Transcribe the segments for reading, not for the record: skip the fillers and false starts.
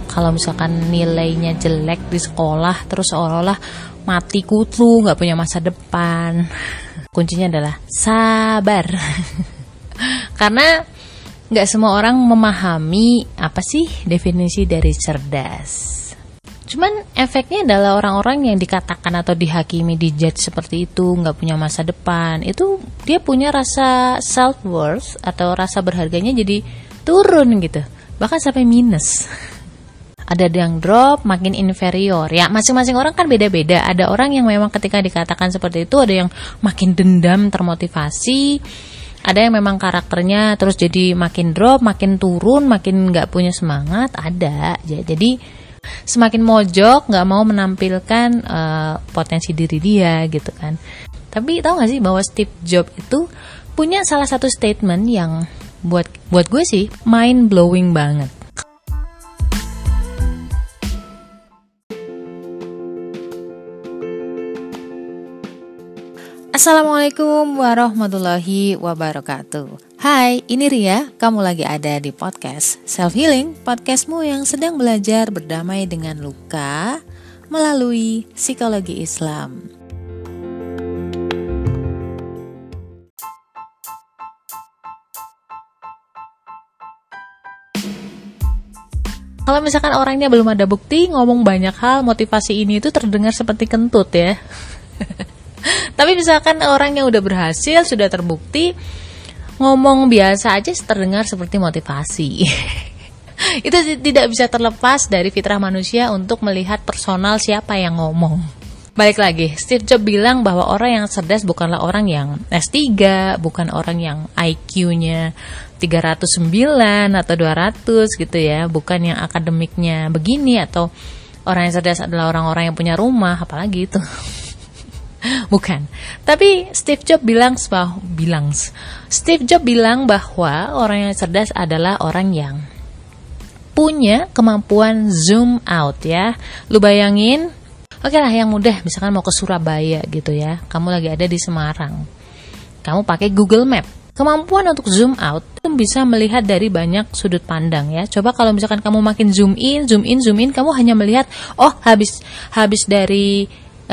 kalau misalkan nilainya jelek di sekolah terus seolah-olah mati kutu, nggak punya masa depan. Kuncinya adalah sabar. Karena nggak semua orang memahami apa sih definisi dari cerdas. Cuman efeknya adalah orang-orang yang dikatakan atau dihakimi, dijudge seperti itu, nggak punya masa depan, itu dia punya rasa self-worth atau rasa berharganya jadi turun gitu, bahkan sampai minus. Ada yang drop, makin inferior. Ya masing-masing orang kan beda-beda. Ada orang yang memang ketika dikatakan seperti itu, ada yang makin dendam, termotivasi. Ada yang memang karakternya terus jadi makin drop, makin turun, makin nggak punya semangat. Ada. Jadi semakin mojok, nggak mau menampilkan potensi diri dia gitu kan. Tapi tahu nggak sih bahwa Steve Jobs itu punya salah satu statement yang buat gue sih mind blowing banget. Assalamualaikum warahmatullahi wabarakatuh. Hai, ini Ria, kamu lagi ada di podcast Self Healing, podcastmu yang sedang belajar berdamai dengan luka melalui psikologi Islam. Kalau misalkan orangnya belum ada bukti, ngomong banyak hal, motivasi ini itu terdengar seperti kentut ya. Tapi misalkan orang yang udah berhasil, sudah terbukti, ngomong biasa aja terdengar seperti motivasi. Itu tidak bisa terlepas dari fitrah manusia untuk melihat personal siapa yang ngomong. Balik lagi, Steve Jobs bilang bahwa orang yang cerdas bukanlah orang yang S3, bukan orang yang IQ-nya 309 atau 200 gitu ya, bukan yang akademiknya begini, atau orang yang cerdas adalah orang-orang yang punya rumah, apalagi itu. Bukan. Tapi Steve Jobs bilang bahwa orang yang cerdas adalah orang yang punya kemampuan zoom out ya. Lu bayangin, oke lah yang mudah, misalkan mau ke Surabaya gitu ya. Kamu lagi ada di Semarang. Kamu pakai Google Map. Kemampuan untuk zoom out itu bisa melihat dari banyak sudut pandang ya. Coba kalau misalkan kamu makin zoom in, kamu hanya melihat habis dari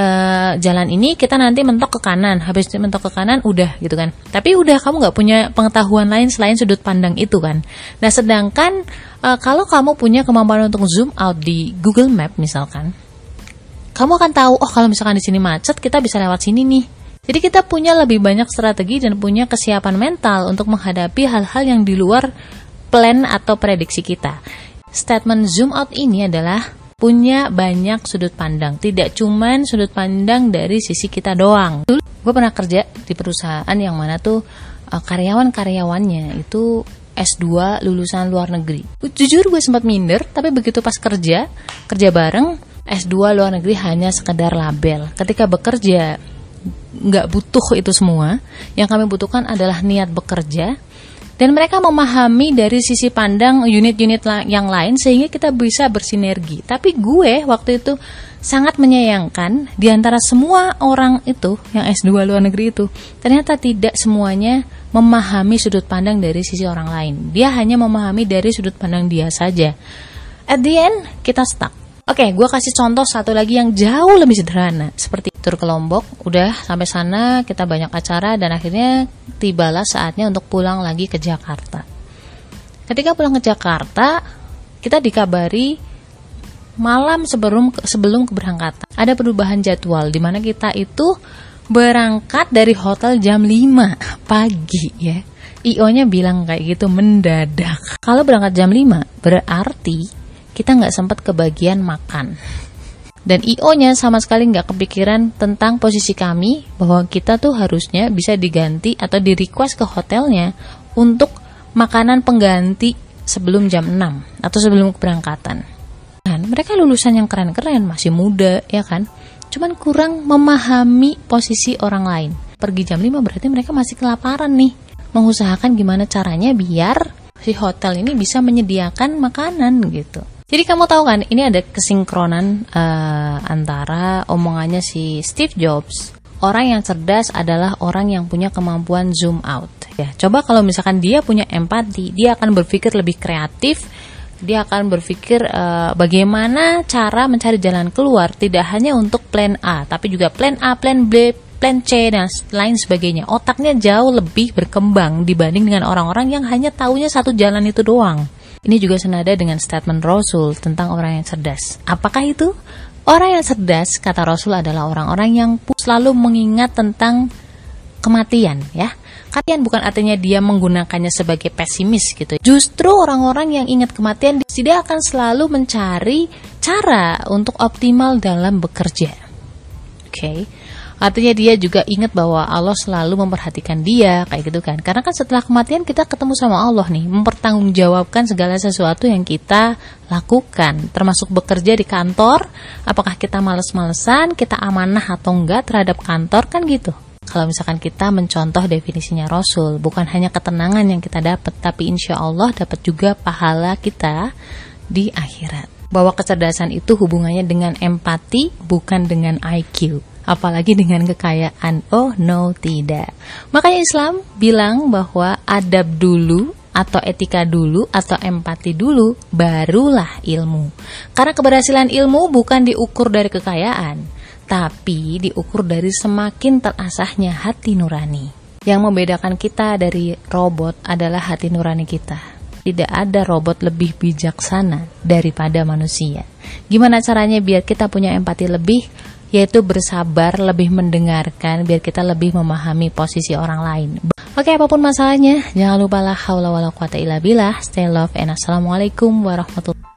jalan ini kita nanti mentok ke kanan, habis mentok ke kanan udah gitu kan. Tapi udah, kamu nggak punya pengetahuan lain selain sudut pandang itu kan. Nah sedangkan kalau kamu punya kemampuan untuk zoom out di Google Map misalkan, kamu akan tahu kalau misalkan di sini macet kita bisa lewat sini nih. Jadi kita punya lebih banyak strategi dan punya kesiapan mental untuk menghadapi hal-hal yang di luar plan atau prediksi kita. Statement zoom out ini adalah punya banyak sudut pandang, tidak cuman sudut pandang dari sisi kita doang. Dulu gue pernah kerja di perusahaan yang mana tuh karyawan-karyawannya itu S2 lulusan luar negeri. Jujur gue sempat minder, tapi begitu pas kerja bareng, S2 luar negeri hanya sekedar label. Ketika bekerja nggak butuh itu semua, yang kami butuhkan adalah niat bekerja. Dan mereka memahami dari sisi pandang unit-unit yang lain sehingga kita bisa bersinergi. Tapi gue waktu itu sangat menyayangkan di antara semua orang itu yang S2 luar negeri itu, ternyata tidak semuanya memahami sudut pandang dari sisi orang lain. Dia hanya memahami dari sudut pandang dia saja. At the end, kita stuck. Oke, gue kasih contoh satu lagi yang jauh lebih sederhana. Seperti tur ke Lombok, udah sampai sana kita banyak acara dan akhirnya tibalah saatnya untuk pulang lagi ke Jakarta. Ketika pulang ke Jakarta, kita dikabari malam sebelum keberangkatan. Ada perubahan jadwal di mana kita itu berangkat dari hotel jam 5 pagi ya. IO-nya bilang kayak gitu mendadak. Kalau berangkat jam 5 berarti kita nggak sempat kebagian makan. Dan IO-nya sama sekali nggak kepikiran tentang posisi kami bahwa kita tuh harusnya bisa diganti atau di request ke hotelnya untuk makanan pengganti sebelum jam 6 atau sebelum keberangkatan. Kan mereka lulusan yang keren-keren, masih muda ya kan. Cuman kurang memahami posisi orang lain. Pergi jam 5 berarti mereka masih kelaparan nih. Mengusahakan gimana caranya biar si hotel ini bisa menyediakan makanan gitu. Jadi kamu tahu kan, ini ada kesinkronan antara omongannya si Steve Jobs. Orang yang cerdas adalah orang yang punya kemampuan zoom out. Ya, coba kalau misalkan dia punya empati, dia akan berpikir lebih kreatif, Dia akan berpikir bagaimana cara mencari jalan keluar, tidak hanya untuk plan A, tapi juga plan A, plan B, plan C, dan lain sebagainya. Otaknya jauh lebih berkembang dibanding dengan orang-orang yang hanya taunya satu jalan itu doang. Ini juga senada dengan statement Rasul tentang orang yang cerdas. Apakah itu? Orang yang cerdas, kata Rasul, adalah orang-orang yang selalu mengingat tentang kematian, ya. Kematian bukan artinya dia menggunakannya sebagai pesimis gitu. Justru orang-orang yang ingat kematian, dia akan selalu mencari cara untuk optimal dalam bekerja. Oke. Artinya dia juga ingat bahwa Allah selalu memperhatikan dia, kayak gitu kan. Karena kan setelah kematian kita ketemu sama Allah nih, mempertanggungjawabkan segala sesuatu yang kita lakukan, termasuk bekerja di kantor. Apakah kita males-malesan, kita amanah atau enggak terhadap kantor, kan gitu. Kalau misalkan kita mencontoh definisinya Rasul, bukan hanya ketenangan yang kita dapat, tapi insya Allah dapat juga pahala kita di akhirat. Bahwa kecerdasan itu hubungannya dengan empati, bukan dengan IQ. Apalagi dengan kekayaan. Oh no, tidak. Makanya Islam bilang bahwa adab dulu, atau etika dulu, atau empati dulu, barulah ilmu. Karena keberhasilan ilmu bukan diukur dari kekayaan, tapi diukur dari semakin terasahnya hati nurani. Yang membedakan kita dari robot adalah hati nurani kita. Tidak ada robot lebih bijaksana daripada manusia. Gimana caranya biar kita punya empati lebih? Yaitu bersabar, lebih mendengarkan, biar kita lebih memahami posisi orang lain. Oke, apapun masalahnya, jangan lupa la haula wala quwata illa billah. Stay love and assalamualaikum warahmatullahi wabarakatuh.